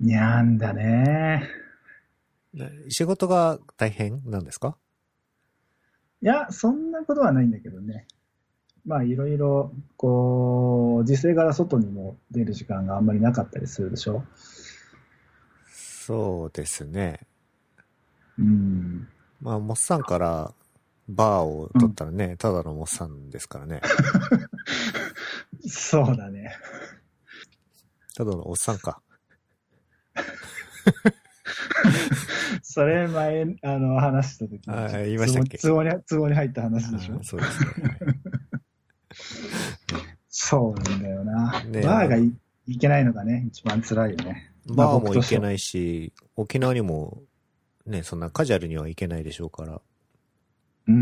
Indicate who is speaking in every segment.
Speaker 1: にゃーんだね。
Speaker 2: 仕事が大変なんですか？
Speaker 1: いや、そんなことはないんだけどね。まあ、いろいろ、こう、時勢から外にも出る時間があんまりなかったりするでしょ。
Speaker 2: そうですね。
Speaker 1: うん。
Speaker 2: まあ、モッサンからバーを
Speaker 1: うん。
Speaker 2: 取ったらね、ただのモッサンですからね。
Speaker 1: そうだね。
Speaker 2: ただのおっさんか。
Speaker 1: それ前、話した時に、
Speaker 2: ああ、
Speaker 1: ちょっと
Speaker 2: 言いましたっけ？
Speaker 1: ツボに入った話でし
Speaker 2: ああ、
Speaker 1: ょ。
Speaker 2: そうですね。はい。
Speaker 1: そうなんだよな。
Speaker 2: ね、
Speaker 1: バーがいけないのがね、一番辛いよね。まあ
Speaker 2: バー
Speaker 1: 僕としては。
Speaker 2: も行けないし、沖縄にもね、そんなカジュアルには行けないでしょうから。
Speaker 1: うん、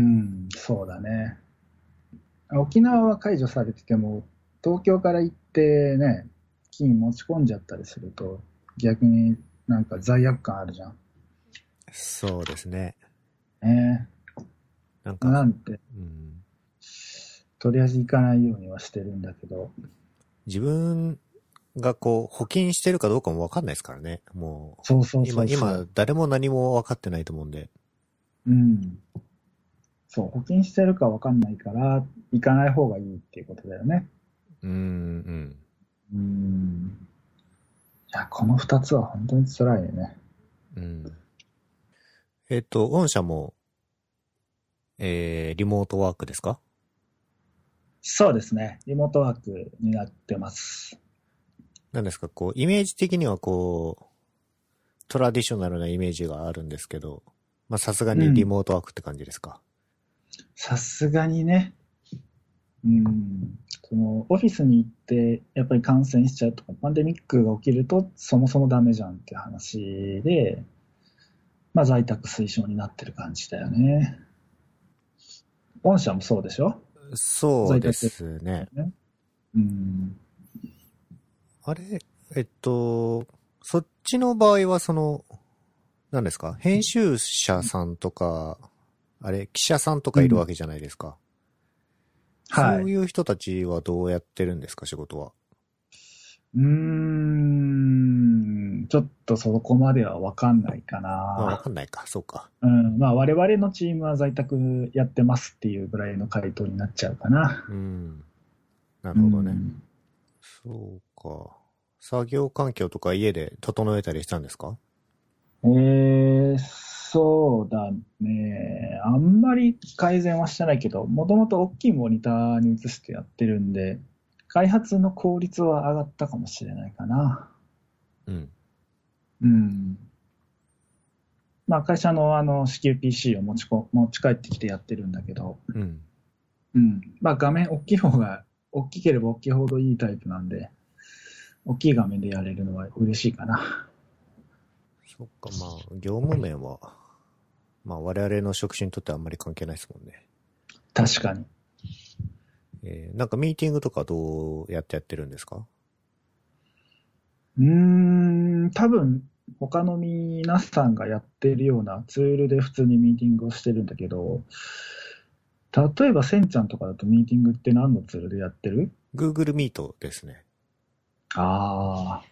Speaker 1: そうだね。沖縄は解除されてても、東京から行ってね、金持ち込んじゃったりすると、逆になんか罪悪感あるじゃん。
Speaker 2: そうですね。
Speaker 1: ね
Speaker 2: なんか、
Speaker 1: なんて、
Speaker 2: うん、
Speaker 1: とりあえず行かないようにはしてるんだけど、
Speaker 2: 自分がこう、補金してるかどうかもわかんないですからね。もう、
Speaker 1: そうそうそうそ
Speaker 2: 誰も何も分かってないと思うんで。
Speaker 1: う。うん。そう、補金してるかわかんないから、行かない方がいいっていうことだよね。
Speaker 2: うん。
Speaker 1: うん。いや、この二つは本当に辛いよね。
Speaker 2: うん。御社も、リモートワークですか？
Speaker 1: そうですね。リモートワークになってます。
Speaker 2: なんですか、こう、イメージ的にはこう、トラディショナルなイメージがあるんですけど、まあ、さすがにリ
Speaker 1: うん。
Speaker 2: モートワークって感じですか？
Speaker 1: さすがにね、うん、オフィスに行って、やっぱり感染しちゃうとか、パンデミックが起きると、そもそもダメじゃんって話で、まあ、在宅推奨になってる感じだよね。御社もそうでしょ？
Speaker 2: そうで
Speaker 1: 在宅
Speaker 2: すね。
Speaker 1: ね。うん。
Speaker 2: あれ、そっちの場合は何ですか、編集者さんとか、あれ、記者さんとかいる
Speaker 1: うん。
Speaker 2: わけじゃないですか。
Speaker 1: はい。
Speaker 2: そういう人たちはどうやってるんですか、仕事は。
Speaker 1: ちょっとそこまではわかんないか
Speaker 2: まあ、わ
Speaker 1: な。
Speaker 2: かんないか、そうか。
Speaker 1: うん。まあ、我々のチームは在宅やってますっていうぐらいの回答になっちゃうかな。
Speaker 2: うん。な
Speaker 1: う
Speaker 2: るほどね。
Speaker 1: ん。
Speaker 2: そうか。作業環境とか家で整えたりしたんですか？
Speaker 1: そうだね。あんまり改善はしてないけど、もともと大きいモニターに移してやってるんで、開発の効率は上がったかもしれないかな。
Speaker 2: うん。
Speaker 1: うん。まあ会社の支給 PC を持ち帰ってきてやってるんだけど、
Speaker 2: うん。
Speaker 1: うん。まあ画面大きい方が、大きければ大きいほどいいタイプなんで、大きい画面でやれるのは嬉しいかな。
Speaker 2: そっか、まあ、業務面は、まあ、我々の職種にとってはあんまり関係ないですもんね。
Speaker 1: 確かに。
Speaker 2: なんかミーティングとかどうやってやってるんですか？
Speaker 1: 多分、他の皆さんがやってるようなツールで普通にミーティングをしてるんだけど、例えば、センちゃんとかだとミーティングって何のツールでやってる？
Speaker 2: Google Meet ですね。
Speaker 1: ああ、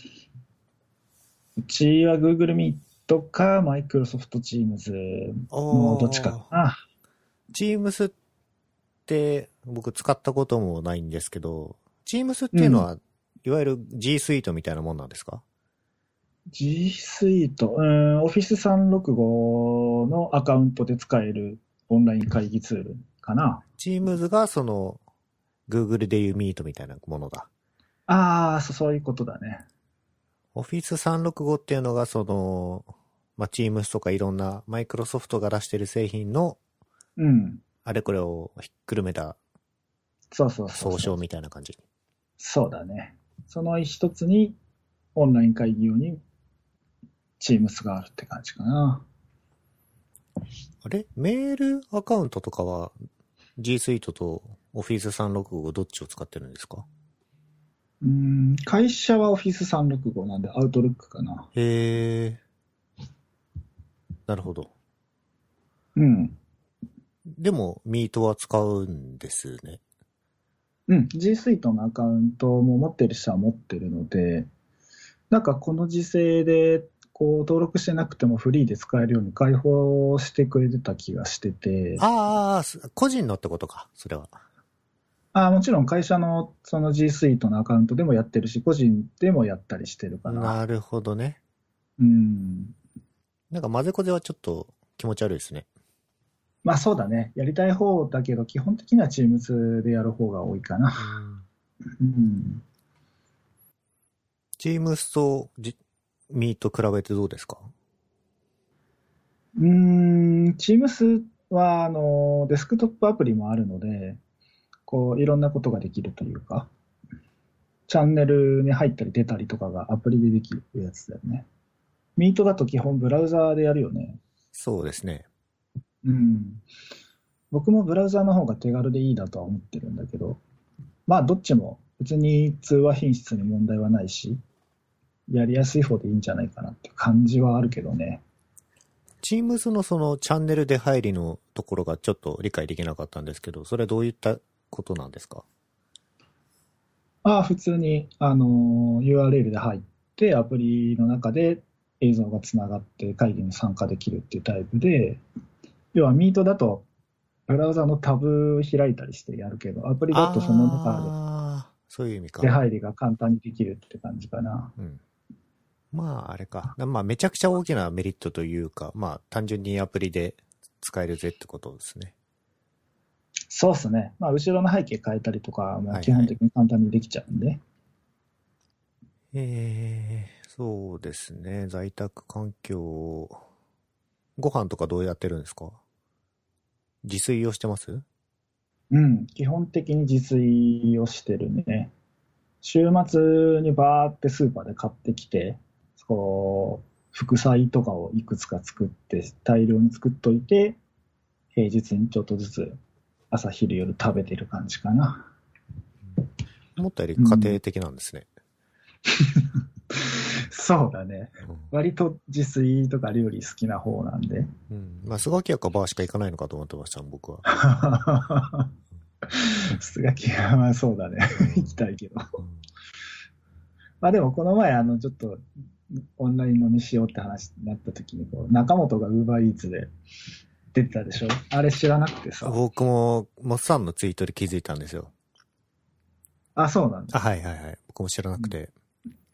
Speaker 1: うちは Google Meet か Microsoft Teams
Speaker 2: あ
Speaker 1: のどっちかか
Speaker 2: あ、
Speaker 1: な。
Speaker 2: Teams って僕使ったこともないんですけど、Teams っ
Speaker 1: うん。
Speaker 2: ていうのは、いわゆる G Suite みたいなもんなんですか？
Speaker 1: G Suite、Office 365のアカウントで使えるオンライン会議ツールかな。
Speaker 2: Teams がGoogle でいう Meet みたいなものだ。
Speaker 1: ああ、そういうことだね。
Speaker 2: Office 365っていうのがまあ、Teams とかいろんなマイクロソフトが出してる製品の
Speaker 1: うん。
Speaker 2: あれこれをひっくるめた
Speaker 1: そうそうそうそう。
Speaker 2: 総称みたいな感じ。
Speaker 1: そうだね。その一つにオンライン会議用に Teams があるって感じかな。
Speaker 2: あれメールアカウントとかは G Suite と Office 365どっちを使ってるんですか？
Speaker 1: 会社は Office 365なんで Outlook かな。
Speaker 2: へえ、なるほど。
Speaker 1: うん。
Speaker 2: でも、ミートは使うんですね。
Speaker 1: うん。G Suite のアカウントも持ってる人は持ってるので、 なんかこの時世で、こう登録してなくてもフリーで使えるように開放してくれてた気がしてて、
Speaker 2: ああ、個人のってことか、それは。
Speaker 1: もちろん会社のその G Suite のアカウントでもやってるし、個人でもやったりしてるかな。
Speaker 2: なるほどね。
Speaker 1: うん。
Speaker 2: なんか混ぜこぜはちょっと気持ち悪いですね。
Speaker 1: まあそうだね。やりたい方だけど、基本的には Teams でやる方が多いかな。
Speaker 2: うん。
Speaker 1: うん。
Speaker 2: Teams とミーと比べてどうですか？
Speaker 1: Teams は、デスクトップアプリもあるので、こう、いろんなことができるというか、チャンネルに入ったり出たりとかがアプリでできるやつだよね。ミートだと基本ブラウザーでやるよね。
Speaker 2: そうですね。
Speaker 1: うん。僕もブラウザーの方が手軽でいいだとは思ってるんだけど、まあどっちも別に通話品質に問題はないし、やりやすい方でいいんじゃないかなって感じはあるけどね。
Speaker 2: Teams のそのチャンネル出入りのところがちょっと理解できなかったんですけど、それはどういったことなんですか？
Speaker 1: 普通に、URL で入って、アプリの中で映像がつながって会議に参加できるっていうタイプで、要はミートだと、ブラウザのタブ開いたりしてやるけど、アプリだとその中で
Speaker 2: ああ、そういう意味か。
Speaker 1: 出入りが簡単にできるって感じかな。
Speaker 2: うん。まあ、あれか。まあ、めちゃくちゃ大きなメリットというか、まあ、単純にアプリで使えるぜってことですね。
Speaker 1: そうですね。まあ、後ろの背景変えたりとか、もう基
Speaker 2: はいはい。
Speaker 1: 本的に簡単にできちゃうんで。
Speaker 2: そうですね。在宅環境、ご飯とかどうやってるんですか？自炊をしてます？
Speaker 1: うん、基本的に自炊をしてるね。週末にバーってスーパーで買ってきて、こう、副菜とかをいくつか作って、大量に作っといて、平日にちょっとずつ朝昼夜食べてる感じかな。
Speaker 2: 思ったより
Speaker 1: うん、
Speaker 2: 家庭的なんですね。
Speaker 1: そうだね。
Speaker 2: うん。
Speaker 1: 割と自炊とか料理好きな方なんで。
Speaker 2: うん。まあ、スガキヤかバーしか行かないのかと思ってました、僕は。
Speaker 1: スガキ屋はそうだね。
Speaker 2: うん。
Speaker 1: 行きたいけど。
Speaker 2: うん。
Speaker 1: まあでもこの前ちょっとオンライン飲みしようって話になった時に中本が UberEats で出てたでしょ。あれ知らなくてさ。
Speaker 2: 僕も、モッサンのツイートで気づいたんですよ。
Speaker 1: あ、そうなん
Speaker 2: あ、
Speaker 1: だ。
Speaker 2: はいはいはい。僕も知らな
Speaker 1: うん、
Speaker 2: くて。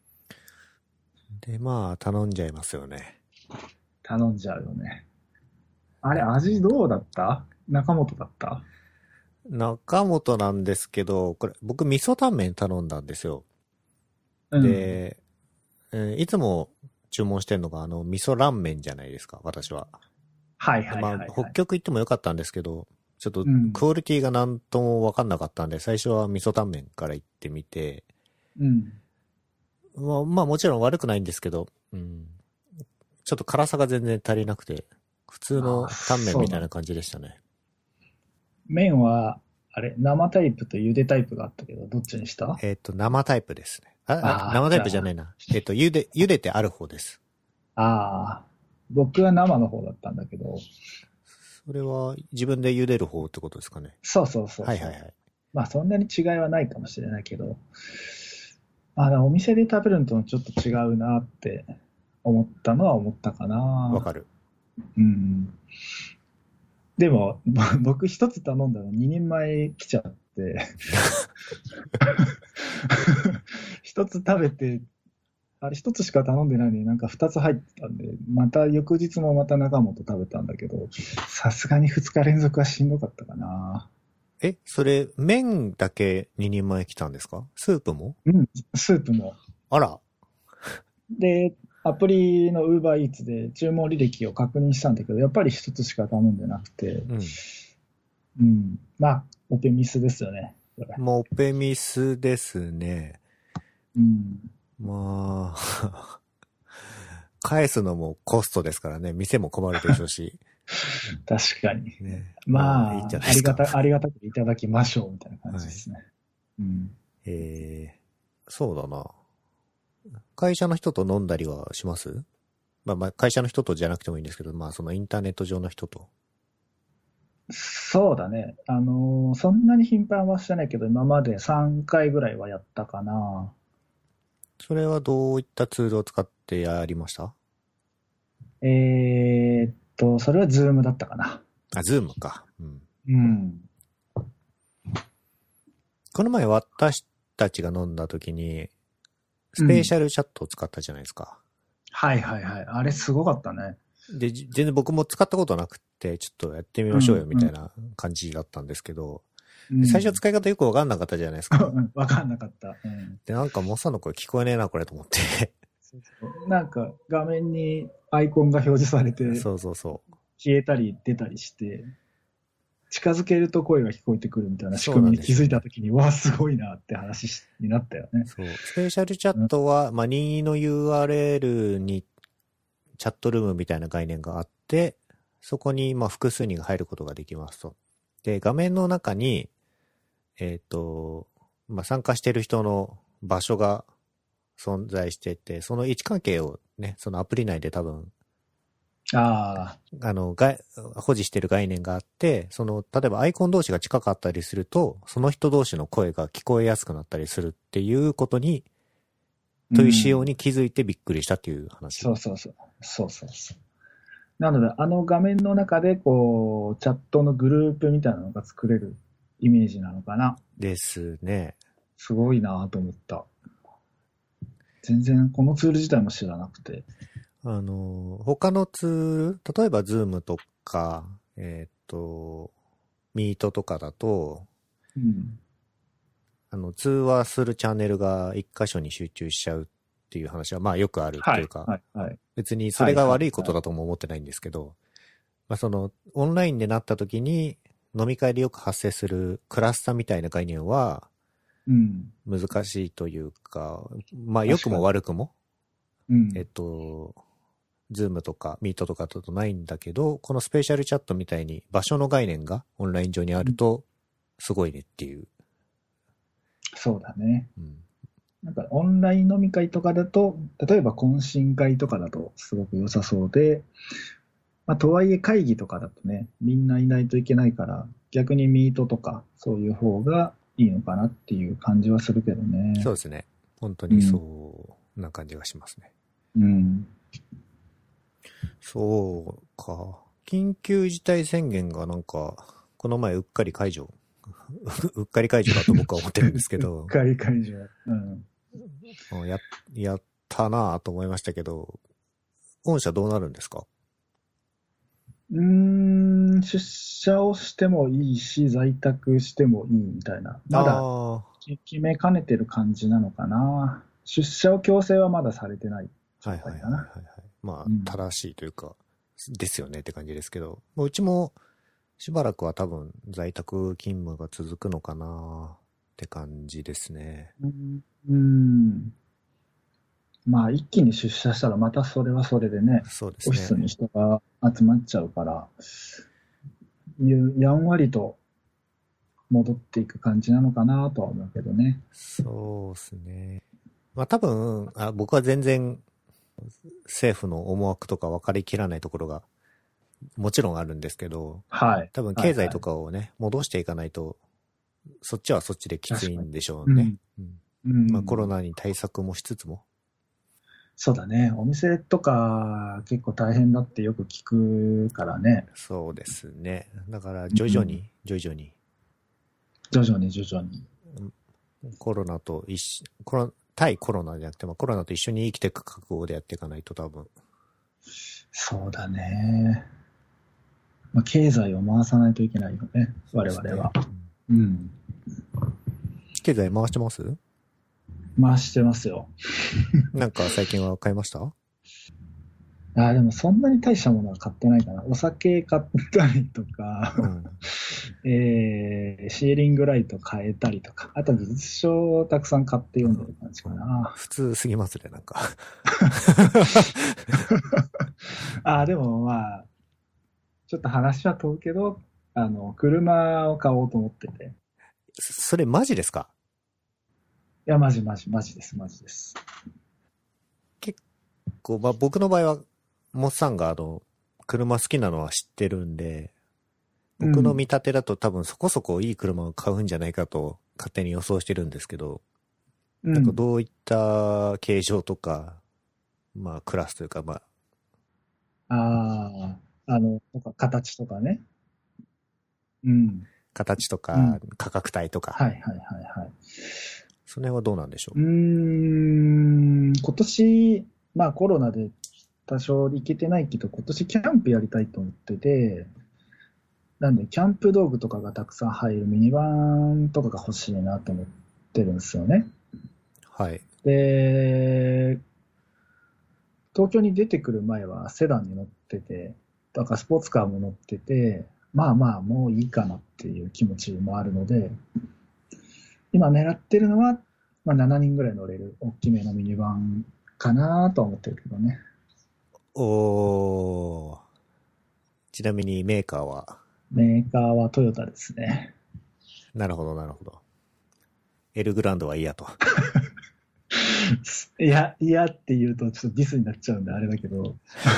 Speaker 2: で、まあ、頼んじゃいますよね。
Speaker 1: 頼んじゃうよね。あれ、
Speaker 2: 中本。
Speaker 1: 味どうだった？中本だった？
Speaker 2: 中本なんですけど、これ、僕味噌タンメン頼んだんですよ。
Speaker 1: うん。
Speaker 2: で、いつも注文してんのが、味噌ラーメンじゃないですか、私は。で、
Speaker 1: はいはい
Speaker 2: まあ、
Speaker 1: はいはい。
Speaker 2: 北極行ってもよかったんですけど、ちょっと
Speaker 1: うん。
Speaker 2: クオリティがなんともわかんなかったんで、最初は味噌タンメンから行ってみて、
Speaker 1: うん。
Speaker 2: まあもちろん悪くないんですけど、うん。ちょっと辛さが全然足りなくて、普通
Speaker 1: ああ、
Speaker 2: のタンメン
Speaker 1: そうなんだ。
Speaker 2: みたいな感じでしたね。
Speaker 1: 麺は、あれ、生タイプと茹でタイプがあったけど、どっちにした？
Speaker 2: 生タイプですね。
Speaker 1: ああー、
Speaker 2: 生タイ
Speaker 1: じゃあ、
Speaker 2: プじゃないな。茹でてある方です。
Speaker 1: ああ、僕は生の方だったんだけど、
Speaker 2: それは自分で茹でる方ってことですかね。
Speaker 1: そうそうそうそう。
Speaker 2: はいはいはい。
Speaker 1: まあそんなに違いはないかもしれないけど、お店で食べるのとちょっと違うなって思ったのは思ったかな。
Speaker 2: わかる。
Speaker 1: うん。でも、僕一つ頼んだの2人前来ちゃって、一つ食べて、あれ一つしか頼んでないのになんか二つ入ってたんで、また翌日もまた中本食べたんだけど、さすがに二日連続はしんどかったかな。
Speaker 2: それ、麺だけ2人前来たんですか？スープも？
Speaker 1: うん、スープも。
Speaker 2: あら。
Speaker 1: で、アプリの UberEats で注文履歴を確認したんだけど、やっぱり一つしか頼んでなくて、
Speaker 2: うん。
Speaker 1: うん。まあ、オペミスですよね。これ。
Speaker 2: もうオペミスですね。
Speaker 1: うん。
Speaker 2: まあ、返すのもコストですからね。店も困るでしょうし。
Speaker 1: 確かに。
Speaker 2: ね。まあ、いいんじゃ
Speaker 1: まあ、
Speaker 2: ないですか。
Speaker 1: ありがたくいただきましょうみたいな感
Speaker 2: はい。
Speaker 1: じですね。うん。
Speaker 2: そうだな。会社の人と飲んだりはします？まあ、会社の人とじゃなくてもいいんですけど、まあ、そのインターネット上の人と。
Speaker 1: そうだね。そんなに頻繁はしてないけど、今まで3回ぐらいはやったかな。
Speaker 2: それはどういったツールを使ってやりました？
Speaker 1: それはズームだったかな。
Speaker 2: あ、ズームか。うん。
Speaker 1: うん。
Speaker 2: この前私たちが飲んだ時に、スペーシャルチャットを使ったじゃないですか。
Speaker 1: はいはいはい。あれすごかったね。
Speaker 2: で、全然僕も使ったことなくて、ちょっとやってみましょうよみたいな感じだったんですけど、最初使い方よくわかんなかったじゃないですか。
Speaker 1: わかんなかった。
Speaker 2: で、なんかモッサンの声聞こえねえな、これと思って。
Speaker 1: なんか画面にアイコンが表示されて、
Speaker 2: そうそうそう。
Speaker 1: 消えたり出たりして、近づけると声が聞こえてくるみたいな仕組みに気づいたときに、わあ、すごいなって話になったよね。
Speaker 2: そう。スペーシャルチャットは、まあ、任意の URL にチャットルームみたいな概念があって、そこにまあ複数人が入ることができますと。で、画面の中に、まあ、参加している人の場所が存在してて、その位置関係をね、そのアプリ内で多分、保持している概念があって、例えばアイコン同士が近かったりすると、その人同士の声が聞こえやすくなったりするっていうことに、という仕様に気づいてびっくりしたっていう話。
Speaker 1: そうそうそう。そうそうそう。なので、あの画面の中で、こう、チャットのグループみたいなのが作れるイメージなのかな。
Speaker 2: ですね。
Speaker 1: すごいなと思った。全然このツール自体も知らなくて。
Speaker 2: 他のツール、例えば Zoom とか、Meet とかだと、
Speaker 1: うん、
Speaker 2: 通話するチャンネルが一箇所に集中しちゃうっていう話は、まあよくあるっていうか、
Speaker 1: はいはいはい、
Speaker 2: 別にそれが悪いことだとも思ってないんですけど、まあオンラインでなった時に飲み会でよく発生するクラスターみたいな概念は、難しいというか、まあ良くも悪くも、Zoom とか Meet とかだとないんだけど、このスペシャルチャットみたいに場所の概念がオンライン上にあると、すごいねっていう。
Speaker 1: そうだね。なんかオンライン飲み会とかだと、例えば懇親会とかだとすごく良さそうで、まあ、とはいえ会議とかだとね、みんないないといけないから、逆にミートとかそういう方がいいのかなっていう感じはするけどね。
Speaker 2: そうですね。本当にそうな感じがしますね。
Speaker 1: うん。
Speaker 2: そうか。緊急事態宣言がなんか、この前うっかり解除うっかり解除だと僕は思ってるんですけど。
Speaker 1: うっかり解除。
Speaker 2: やったなぁと思いましたけど、御社どうなるんですか？
Speaker 1: 出社をしてもいいし、在宅してもいいみたいな。まだ決めかねてる感じなのかな。出社を強制はまだされてない状態かな。はいはいはいはい。
Speaker 2: まあ、正しいというか、ですよねって感じですけど、うちもしばらくは多分在宅勤務が続くのかなって感じですね。
Speaker 1: まあ一気に出社したらまたそれはそれでね、
Speaker 2: そうですね。
Speaker 1: オフィスに人が集まっちゃうから、やんわりと戻っていく感じなのかなとは思うけどね。
Speaker 2: そうですね。まあ多分、僕は全然政府の思惑とか分かりきらないところがもちろんあるんですけど、
Speaker 1: はい。
Speaker 2: 多分経済とかをね、戻していかないと、そっちはそっちできついんでしょうね。まあコロナに対策もしつつも。
Speaker 1: そうだね。お店とか結構大変だってよく聞くからね。
Speaker 2: そうですね。だから徐々に。コロナと対コロナじゃなくて、まあ、コロナと一緒に生きていく覚悟でやっていかないと多分。
Speaker 1: そうだね。まあ、経済を回さないといけないよね。我々は。
Speaker 2: 経済回してます？
Speaker 1: 回してますよ。
Speaker 2: なんか最近は買いました？
Speaker 1: でもそんなに大したものは買ってないかな。お酒買ったりとか、シーリングライト変えたりとか、あと技術書をたくさん買って読んでる感じかな。
Speaker 2: 普通すぎますね、なんか。
Speaker 1: でもまあ、ちょっと話は飛ぶけど、車を買おうと思ってて。
Speaker 2: それマジですか？
Speaker 1: いや、マジです。
Speaker 2: 結構、まあ僕の場合は、モッさんが車好きなのは知ってるんで、僕の見立てだと多分そこそこいい車を買うんじゃないかと勝手に予想してるんですけど、 なんかどういった形状とか、まあクラスというか、ま
Speaker 1: あ、とか形とかね。うん。
Speaker 2: 形とか、価格帯とか。
Speaker 1: はいはいはいはい。
Speaker 2: その辺はどうなんでしょう。
Speaker 1: 今年、まあコロナで多少行けてないけど、今年キャンプやりたいと思ってて、なんでキャンプ道具とかがたくさん入るミニバンとかが欲しいなと思ってるんですよね。
Speaker 2: はい。
Speaker 1: で、東京に出てくる前はセダンに乗ってて、だからスポーツカーも乗ってて、まあまあもういいかなっていう気持ちもあるので、今狙ってるのは、まあ、7人ぐらい乗れる大きめのミニバンかなと思ってるけどね。
Speaker 2: ちなみにメーカーは？
Speaker 1: メーカーはトヨタですね。
Speaker 2: なるほどなるほど。エルグランドはいいやと。
Speaker 1: いやって言うとちょっとディスになっちゃうんであれだけど、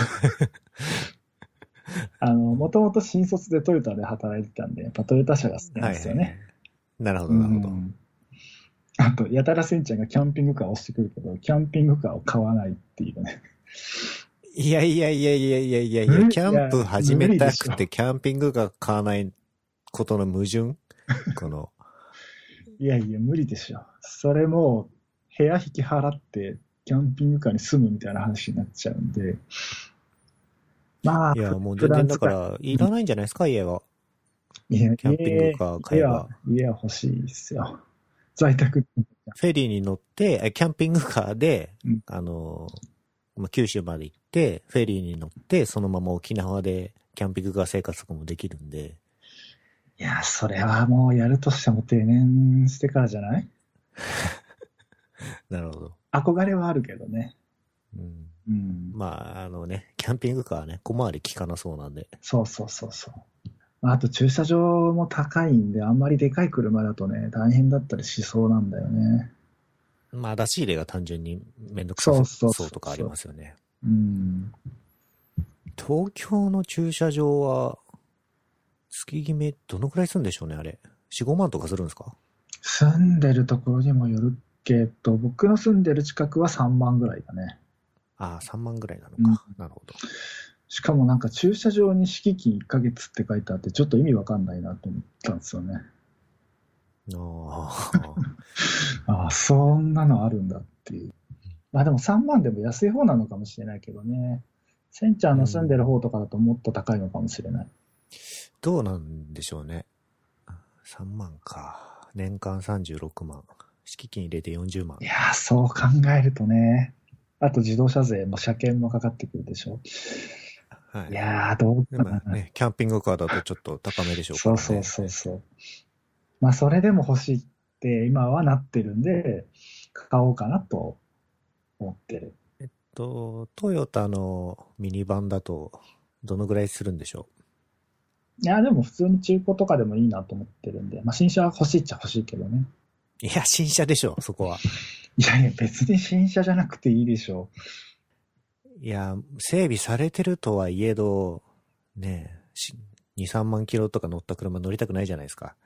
Speaker 1: もともと新卒でトヨタで働いてたんで、やっぱトヨタ車が好きなんですよね。はいはいはい、
Speaker 2: なるほどなるほど。
Speaker 1: あと、やたらせんちゃんがキャンピングカーを押してくるけど、キャンピングカーを買わないっていうね。
Speaker 2: いや、キャンプ始めたくてキャンピングカー買わないことの矛盾この。
Speaker 1: いや、無理でしょ。それも、部屋引き払って、キャンピングカーに住むみたいな話になっちゃうんで。まあ、
Speaker 2: いや、もう全然だから、いらないんじゃないですか、家は。
Speaker 1: いや、
Speaker 2: キャンピングカー買えば。
Speaker 1: 家は欲しいですよ。在宅。
Speaker 2: フェリーに乗って、キャンピングカーで、九州まで行って、フェリーに乗って、そのまま沖縄でキャンピングカー生活とかもできるんで。
Speaker 1: いや、それはもうやるとしても定年してからじゃない？
Speaker 2: なるほど。
Speaker 1: 憧れはあるけどね。
Speaker 2: まあ、キャンピングカーはね、小回り効かなそうなんで。
Speaker 1: そう。あと駐車場も高いんで、あんまりでかい車だとね、大変だったりしそうなんだよね。
Speaker 2: まあ、出し入れが単純にめんどくさそうとかありますよね。東京の駐車場は、月決め、どのくらいするんでしょうね、あれ。4、5万とかするんですか？
Speaker 1: 住んでるところにもよるけど、僕の住んでる近くは3万ぐらいだね。
Speaker 2: ああ、3万ぐらいなのか。なるほど。
Speaker 1: しかもなんか駐車場に敷金1ヶ月って書いてあって、ちょっと意味わかんないなと思ったんですよね。ああ、そんなのあるんだっていう。まあでも3万でも安い方なのかもしれないけどね。センちゃんの住んでる方とかだともっと高いのかもしれない。
Speaker 2: どうなんでしょうね。3万か。年間36万。敷金入れて40万。
Speaker 1: いやー、そう考えるとね。あと自動車税も車検もかかってくるでしょ。はい。いやー、どうかな。
Speaker 2: ね、キャンピングカーだとちょっと高めでしょうからね。
Speaker 1: そう。まあ、それでも欲しいって今はなってるんで、買おうかなと思ってる。
Speaker 2: トヨタのミニバンだと、どのぐらいするんでしょ
Speaker 1: う？いや、でも普通に中古とかでもいいなと思ってるんで、まあ、新車は欲しいっちゃ欲しいけどね。
Speaker 2: いや、新車でしょ、そこは。
Speaker 1: いや、別に新車じゃなくていいでしょ。
Speaker 2: いや、整備されてるとはいえど、ねえ、2、3万キロとか乗った車乗りたくないじゃないですか。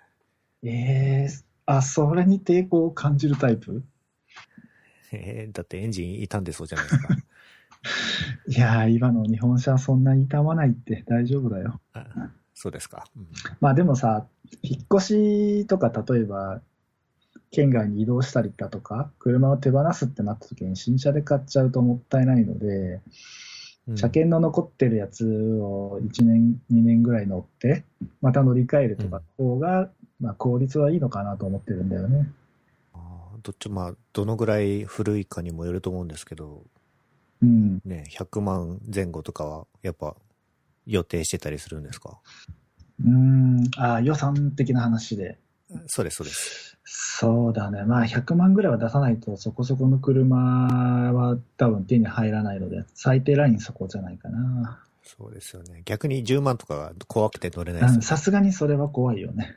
Speaker 1: それに抵抗を感じるタイプ？
Speaker 2: だってエンジン傷んでそうじゃないですか。
Speaker 1: いや今の日本車はそんなに傷まないって大丈夫だよ。
Speaker 2: そうですか。
Speaker 1: まあでもさ、引っ越しとか例えば、県外に移動したりだとか、車を手放すってなった時に新車で買っちゃうともったいないので、車検の残ってるやつを1年、2年ぐらい乗って、また乗り換えるとかの方が、まあ効率はいいのかなと思ってるんだよね。
Speaker 2: どのぐらい古いかにもよると思うんですけど、ね、100万前後とかはやっぱ予定してたりするんですか？
Speaker 1: 予算的な話で。
Speaker 2: そうです。
Speaker 1: そうだね。まあ100万ぐらいは出さないとそこそこの車は多分手に入らないので、最低ラインそこじゃないかな。
Speaker 2: そうですよね。逆に10万とかが怖くて乗れないですよね。
Speaker 1: さすがにそれは怖いよね。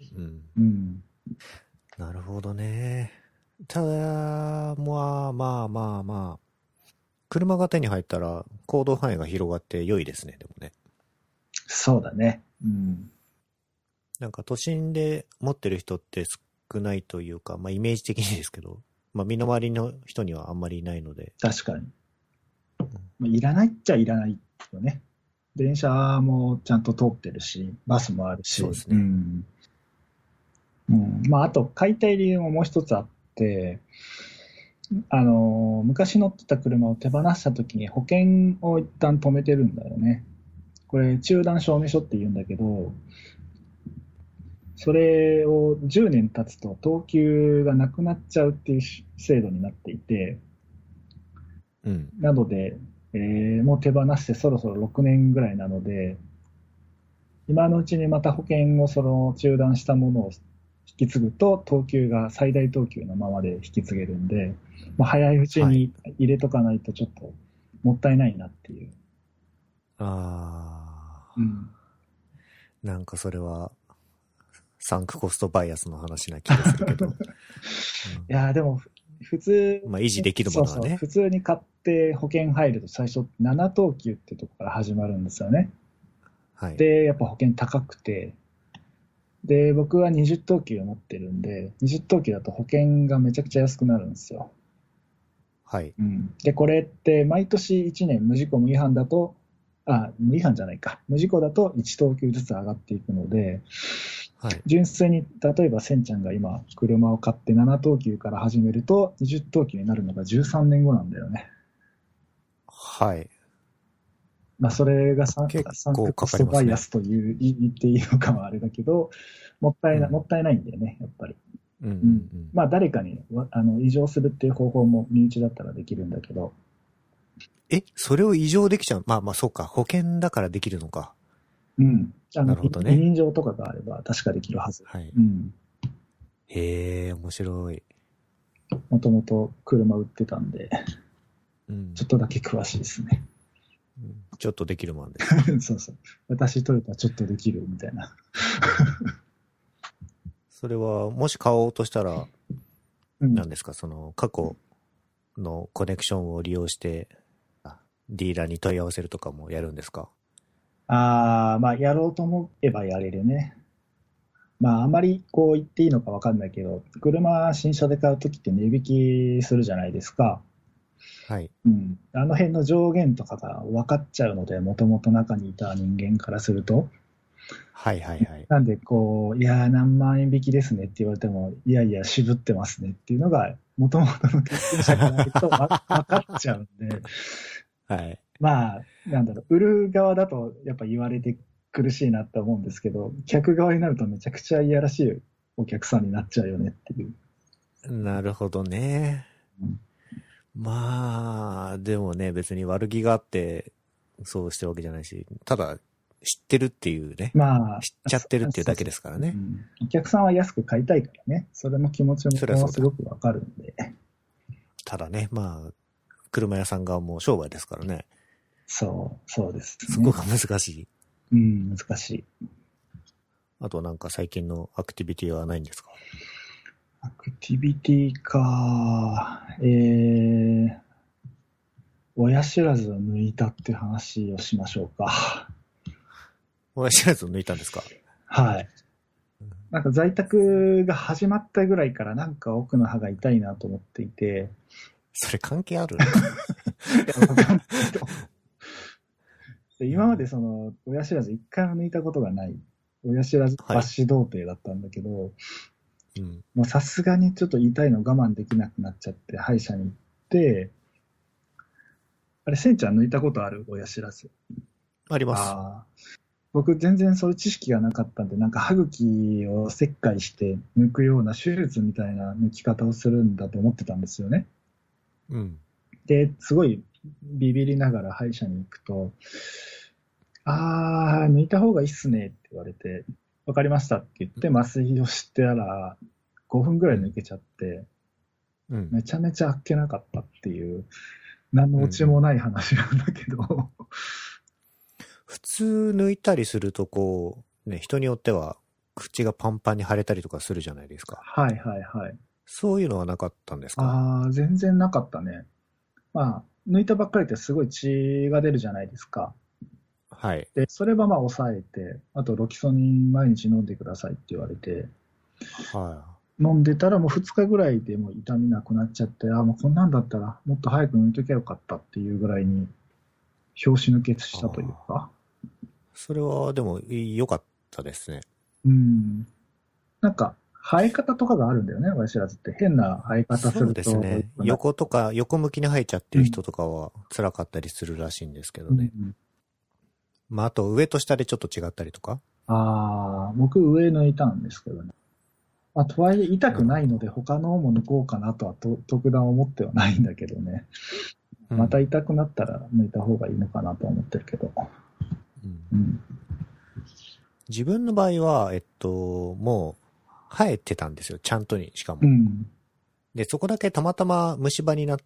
Speaker 2: なるほどね。ただ、まあ、車が手に入ったら行動範囲が広がって良いですね、でもね。
Speaker 1: そうだね。
Speaker 2: なんか都心で持ってる人って少ないというか、まあイメージ的にですけど、 まあ身の回りの人にはあんまりいないので。
Speaker 1: 確かに。まあ、いらないっちゃいらないよね。電車もちゃんと通ってるし、バスもあるし。
Speaker 2: そうですね。
Speaker 1: まあ、あと、買いたい理由ももう一つあって、昔乗ってた車を手放したときに保険を一旦止めてるんだよね。これ、中断証明書って言うんだけど、それを10年経つと等級がなくなっちゃうっていう制度になっていて、なので、もう手放してそろそろ6年ぐらいなので、今のうちにまた保険をその中断したものを引き継ぐと、等級が最大等級のままで引き継げるんで、まあ、早いうちに入れとかないとちょっともったいないなっていう。
Speaker 2: なんかそれは、サンクコストバイアスの話な気がするけど。い
Speaker 1: やでも、普通、
Speaker 2: まあ維持できるものはね。
Speaker 1: そう普通に買って保険入ると最初7等級ってとこから始まるんですよね。
Speaker 2: はい。
Speaker 1: で、やっぱ保険高くて、で、僕は20等級を持ってるんで、20等級だと保険がめちゃくちゃ安くなるんですよ。
Speaker 2: はい。
Speaker 1: で、これって毎年1年無事故無違反だと、無違反じゃないか。無事故だと1等級ずつ上がっていくので、
Speaker 2: はい、
Speaker 1: 純粋に、例えばせんちゃんが今車を買って7等級から始めると20等級になるのが13年後なんだよね。
Speaker 2: はい。
Speaker 1: まあそれがサンクコストバイアスという言っていいのかはあれだけど、もったいないんだよね、やっぱり。まあ誰かに異常するっていう方法も身内だったらできるんだけど。
Speaker 2: それを異常できちゃう？まあまあそうか、保険だからできるのか。
Speaker 1: なるほどね。委任状とかがあれば確かできるはず。
Speaker 2: はい。へえ、面白い。
Speaker 1: もともと車売ってたんで、ちょっとだけ詳しいですね。
Speaker 2: ちょっとできるもんです。
Speaker 1: そうそう。私トヨタちょっとできるみたいな。
Speaker 2: それは、もし買おうとしたら、何ですか、その過去のコネクションを利用して、ディーラーに問い合わせるとかもやるんですか？
Speaker 1: まあ、やろうと思えばやれるね。まあ、あまりこう言っていいのか分かんないけど、車新車で買うときって値引きするじゃないですか。
Speaker 2: はい。
Speaker 1: あの辺の上限とかが分かっちゃうので、もともと中にいた人間からすると。
Speaker 2: はいはいはい。
Speaker 1: なんで、こう、いや、何万円引きですねって言われても、いやいや、渋ってますねっていうのが、もともとの経験者から言うと分かっちゃうんで。
Speaker 2: はい。
Speaker 1: まあ、なんだろう、売る側だとやっぱ言われて苦しいなって思うんですけど、客側になるとめちゃくちゃいやらしいお客さんになっちゃうよねっていう。
Speaker 2: なるほどね。まあ、でもね、別に悪気があって、そうしてるわけじゃないし、ただ、知ってるっていうね。
Speaker 1: まあ、
Speaker 2: 知っちゃってるっていうだけですからね。
Speaker 1: お客さんは安く買いたいからね。それの気持ちもすごくわかるんで。
Speaker 2: ただね、まあ、車屋さん側も商売ですからね。
Speaker 1: そうですね。
Speaker 2: そこが難しい。
Speaker 1: 難しい。
Speaker 2: あとなんか最近のアクティビティはないんですか？
Speaker 1: アクティビティか、親知らずを抜いたって話をしましょうか。
Speaker 2: 親知らずを抜いたんですか？
Speaker 1: はい。なんか在宅が始まったぐらいからなんか奥の歯が痛いなと思っていて。
Speaker 2: それ関係ある？
Speaker 1: 今までその親知らず一回も抜いたことがない。親知らず抜歯童貞だったんだけど、もうさすがにちょっと痛いの我慢できなくなっちゃって歯医者に行って、あれ、せんちゃん抜いたことある？親知らず。
Speaker 2: あります。
Speaker 1: 僕全然そういう知識がなかったんで、なんか歯茎を切開して抜くような手術みたいな抜き方をするんだと思ってたんですよね。で、すごいビビりながら歯医者に行くと、抜いた方がいいっすねって言われて、わかりましたって言って麻酔をしてたら5分ぐらい抜けちゃって、めちゃめちゃあっけなかったっていう、何のオチもない話なんだけど、
Speaker 2: 普通抜いたりするとこう、ね、人によっては口がパンパンに腫れたりとかするじゃないですか。
Speaker 1: はいはいはい。
Speaker 2: そういうのはなかったんですか？
Speaker 1: 全然なかったね。まあ、抜いたばっかりってすごい血が出るじゃないですか。
Speaker 2: はい。
Speaker 1: で、それはまあ抑えて、あとロキソニン毎日飲んでくださいって言われて、 飲んでたらもう2日ぐらいでもう痛みなくなっちゃって、もうこんなんだったらもっと早く抜いときゃよかったっていうぐらいに拍子抜けしたというか。
Speaker 2: それはでも良かったですね。
Speaker 1: なんか生え方とかがあるんだよね、親知らずって。変な生え方すると。
Speaker 2: そうですね。横とか横向きに生えちゃってる人とかは辛かったりするらしいんですけどね。まああと上と下でちょっと違ったりとか。
Speaker 1: 僕上抜いたんですけどね。とはいえ痛くないので他のも抜こうかなとは特段思ってはないんだけどね。また痛くなったら抜いた方がいいのかなと思ってるけど。
Speaker 2: 自分の場合は、もう生えてたんですよ。ちゃんとに、しかも。で、そこだけたまたま虫歯になって、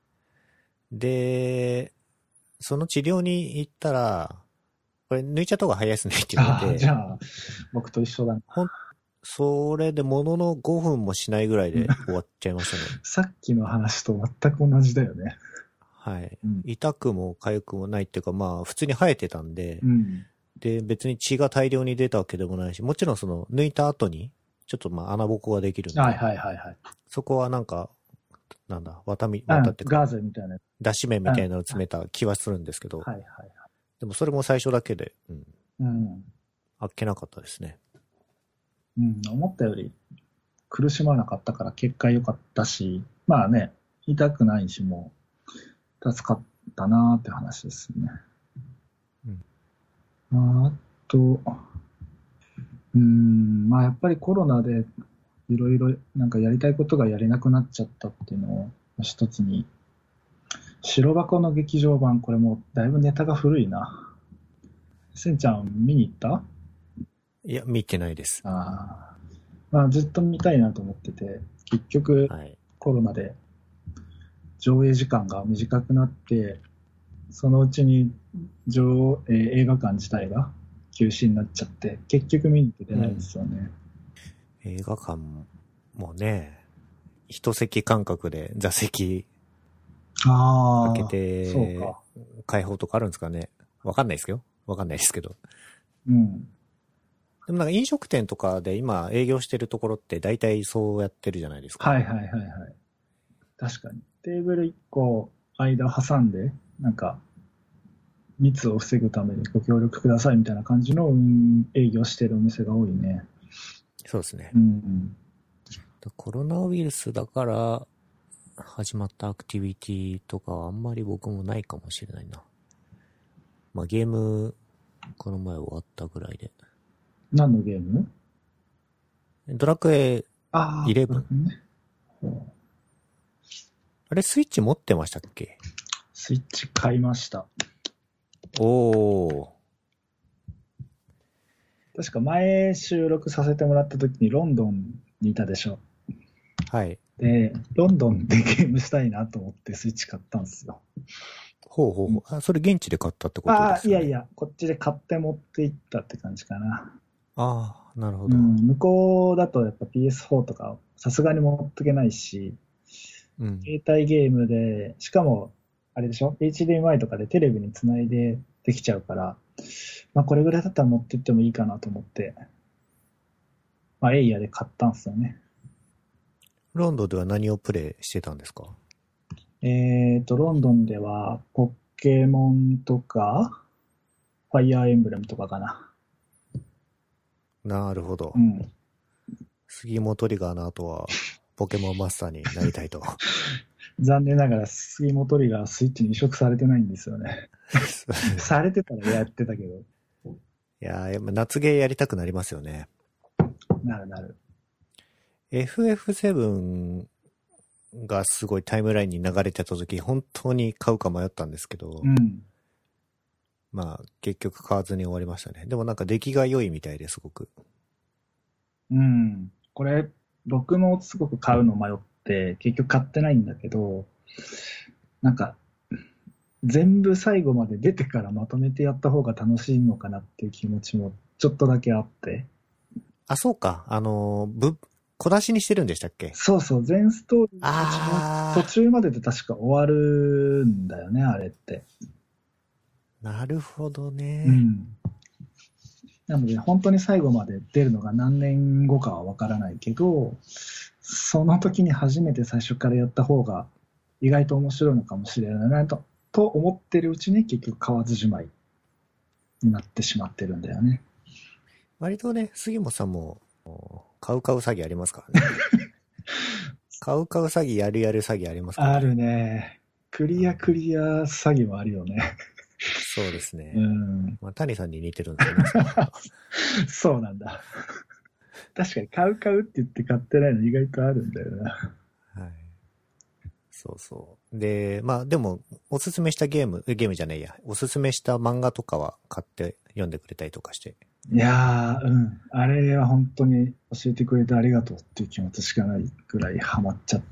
Speaker 2: で、その治療に行ったら、これ抜いちゃった方が早いですねって言われて。
Speaker 1: じゃあ、僕と一緒だね。
Speaker 2: それでものの5分もしないぐらいで終わっちゃいましたね。
Speaker 1: さっきの話と全く同じだよね。
Speaker 2: はい。痛くも痒くもないっていうか、まあ普通に生えてたんで、で、別に血が大量に出たわけでもないし、もちろんその抜いた後に、ちょっとまあ穴ぼこができるんで、そこはなんか、なんだ、綿っていうか、
Speaker 1: ガーゼみたいな。
Speaker 2: 脱脂綿みたいなのを詰めた気はするんですけど、でもそれも最初だけで、あっけなかったですね。
Speaker 1: 思ったより苦しまなかったから結果良かったし、まあね、痛くないしも助かったなーって話ですね。あと、まあやっぱりコロナでいろいろなんかやりたいことがやれなくなっちゃったっていうのを一つに、白箱の劇場版、これもだいぶネタが古いな。せんちゃん見に行った？
Speaker 2: いや、見てないです。
Speaker 1: まあずっと見たいなと思ってて、結局、コロナで上映時間が短くなって、そのうちに映画館自体が休止になっちゃって、結局見に行けてないんですよね。
Speaker 2: 映画館もね、一席間隔で座席開けて開放とかあるんですかね。わかんないですけど。わかんないですけど。でもなんか飲食店とかで今営業してるところって大体そうやってるじゃないですか。
Speaker 1: 確かに。テーブル1個間挟んで、なんか密を防ぐためにご協力くださいみたいな感じの営業してるお店が多いね。
Speaker 2: そうですね。コロナウイルスだから始まったアクティビティとかはあんまり僕もないかもしれないな。まあゲーム、この前終わったぐらいで。
Speaker 1: 何のゲーム？
Speaker 2: ドラクエ11。あれスイッチ持ってましたっけ？
Speaker 1: スイッチ買いました。確か前収録させてもらった時にロンドンにいたでしょ。で、ロンドンでゲームしたいなと思ってスイッチ買ったんですよ。
Speaker 2: それ現地で買ったってことですか？
Speaker 1: いやいや、こっちで買って持って行ったって感じかな。
Speaker 2: なるほど。
Speaker 1: 向こうだとやっぱ PS4 とかさすがに持ってけないし、携帯ゲームで、しかもあれでしょ HDMI とかでテレビにつないでできちゃうから、まあこれぐらいだったら持ってってもいいかなと思って、まあエイヤで買ったんですよね。
Speaker 2: ロンドンでは何をプレイしてたんですか？
Speaker 1: ロンドンではポケモンとか、ファイアーエンブレムとかかな。
Speaker 2: なるほど。杉本トリガーの後はポケモンマスターになりたいと。
Speaker 1: 残念ながら杉本トリガースイッチに移植されてないんですよね。されてたらやってたけど。
Speaker 2: いやー、夏ゲーやりたくなりますよね。
Speaker 1: なる。
Speaker 2: FF7 がすごいタイムラインに流れてた時、本当に買うか迷ったんですけど、まあ結局買わずに終わりましたね。でもなんか出来が良いみたいですごく。
Speaker 1: これ僕もすごく買うの迷って結局買ってないんだけど、なんか全部最後まで出てからまとめてやった方が楽しいのかなっていう気持ちもちょっとだけあって。
Speaker 2: そうか。小出しにしてるんでしたっけ？
Speaker 1: そう、全ストーリーの途中までで確か終わるんだよね、あれって。
Speaker 2: なるほどね。
Speaker 1: なので、本当に最後まで出るのが何年後かはわからないけど、その時に初めて最初からやった方が意外と面白いのかもしれないなと思ってるうちに結局買わずじまいになってしまってるんだよね。
Speaker 2: 割とね、杉本さんも、買う詐欺ありますからね。買う詐欺、やる詐欺ありますからね。
Speaker 1: あるね。クリア詐欺もあるよね。
Speaker 2: そうですね。
Speaker 1: ま
Speaker 2: あ、谷さんに似てるんですよね。
Speaker 1: そうなんだ。確かに買うって言って買ってないの意外とあるんだよな。
Speaker 2: はい。そうそう。で、まあでも、おすすめしたゲームじゃないや。おすすめした漫画とかは買って読んでくれたりとかして。
Speaker 1: いやー、あれは本当に教えてくれてありがとうっていう気持ちしかないぐらいハマっちゃって。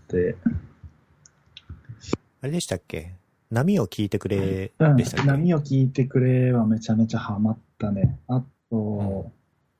Speaker 2: あれでしたっけ？波を聞いてくれでしたっけ？
Speaker 1: 波を聞いてくれはめちゃめちゃハマったね。あと、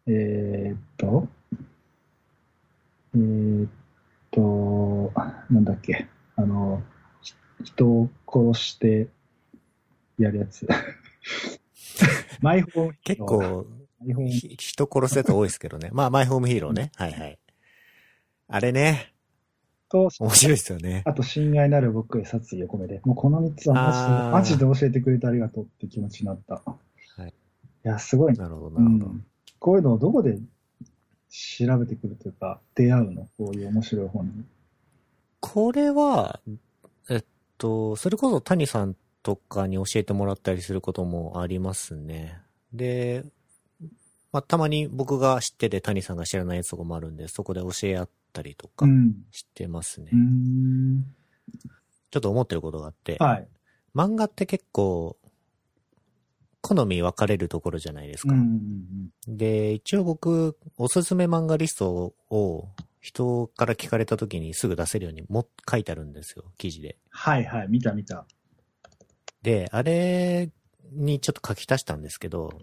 Speaker 1: なんだっけ。人を殺してやるやつ。マイホームヒーロー。
Speaker 2: 結構、人殺すやつ多いですけどね。まあ、マイホームヒーローね。はいはい。あれね。面白いですよね。
Speaker 1: あと、親愛なる僕へ殺意を込めて。もうこの3つはマジで教えてくれてありがとうって気持ちになった。はい。いや、すごい、ね。
Speaker 2: なるほど、なるほど。
Speaker 1: こういうのをどこで調べてくるというか、出会うの？こういう面白い本に。こ
Speaker 2: れは、それこそ谷さんとかに教えてもらったりすることもありますね。で、まあ、たまに僕が知ってて谷さんが知らないやつとかもあるんで、そこで教え合ったりとかしてますね。ちょっと思ってることがあって、はい、漫画って結構、好み分かれるところじゃないですか。で、一応僕、おすすめ漫画リストを人から聞かれた時にすぐ出せるように書いてあるんですよ、記事で。はいはい、見た。で、あれにちょっと書き足したんですけど、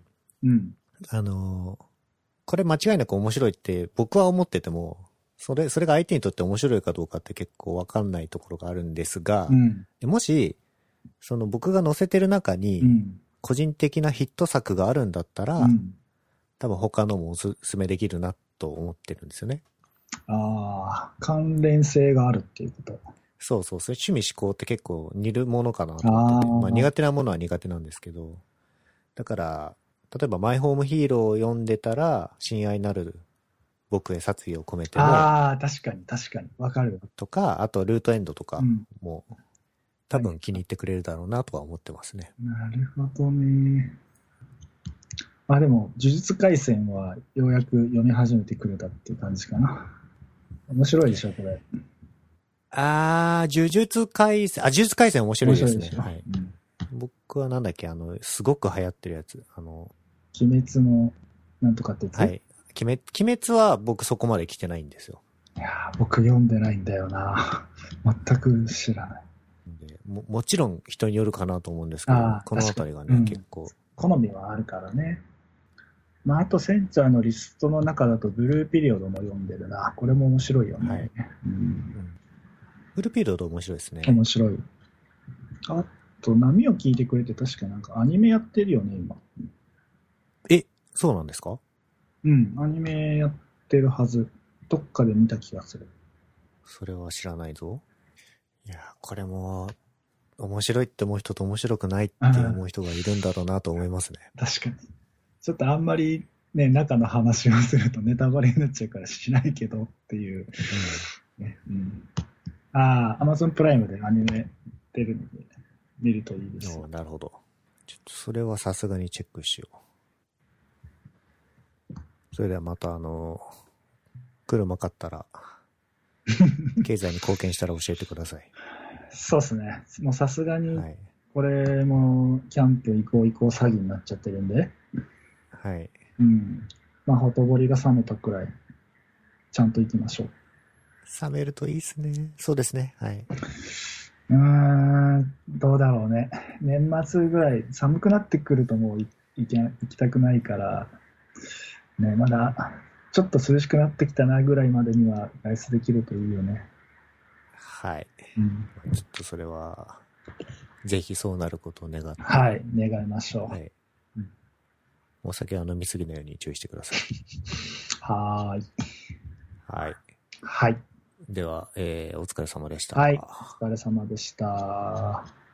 Speaker 2: これ間違いなく面白いって僕は思ってても、それが相手にとって面白いかどうかって結構わかんないところがあるんですが、もし、その僕が載せてる中に、個人的なヒット作があるんだったら、多分他のもおすすめできるなと思ってるんですよね。ああ、関連性があるっていうこと。そう、趣味思考って結構似るものかなと思ってて、まあ苦手なものは苦手なんですけど、だから、例えばマイホームヒーローを読んでたら、親愛なる僕へ殺意を込めても。ああ、確かに、わかる。とか、あとルートエンドとかも、多分気に入ってくれるだろうなとは思ってますね。なるほどね。まあでも、呪術廻戦はようやく読み始めてくれたっていう感じかな。面白いでしょ、これ。呪術廻戦面白いですね。はい。僕はなんだっけ、すごく流行ってるやつ。鬼滅の、なんとかってやつ？はい。鬼滅は僕そこまで来てないんですよ。いやー、僕読んでないんだよな。全く知らない。もちろん人によるかなと思うんですけど、このあたりがね、結構。好みはあるからね。まあ、あとセンチャーのリストの中だとブルーピリオドも読んでるな。これも面白いよね。はい。ブルーピリオド面白いですね。面白い。あと、波を聞いてくれて確かなんかアニメやってるよね、今。そうなんですか？アニメやってるはず。どっかで見た気がする。それは知らないぞ。いや、これも、面白いって思う人と面白くないって思う人がいるんだろうなと思いますね。確かに。ちょっとあんまりね、中の話をするとネタバレになっちゃうからしないけどっていう。Amazon プライムでアニメ出るので見るといいです。なるほど。ちょっとそれはさすがにチェックしよう。それではまた車買ったら、経済に貢献したら教えてください。そうですね。もうさすがに、これもキャンプ行こう詐欺になっちゃってるんで。はい。まあ、ほとぼりが冷めたくらい、ちゃんと行きましょう。冷めるといいですね。そうですね。はい。どうだろうね。年末ぐらい寒くなってくるともう行きたくないから、ね、まだちょっと涼しくなってきたなぐらいまでには外出できるといいよね。はい。ちょっとそれは、ぜひそうなることを願って。はい、願いましょう。はい。 お酒は飲みすぎないように注意してください。
Speaker 1: はーい。
Speaker 2: はい。
Speaker 1: はい。
Speaker 2: では、お疲れ様でした。
Speaker 1: はい。お疲れ様でした。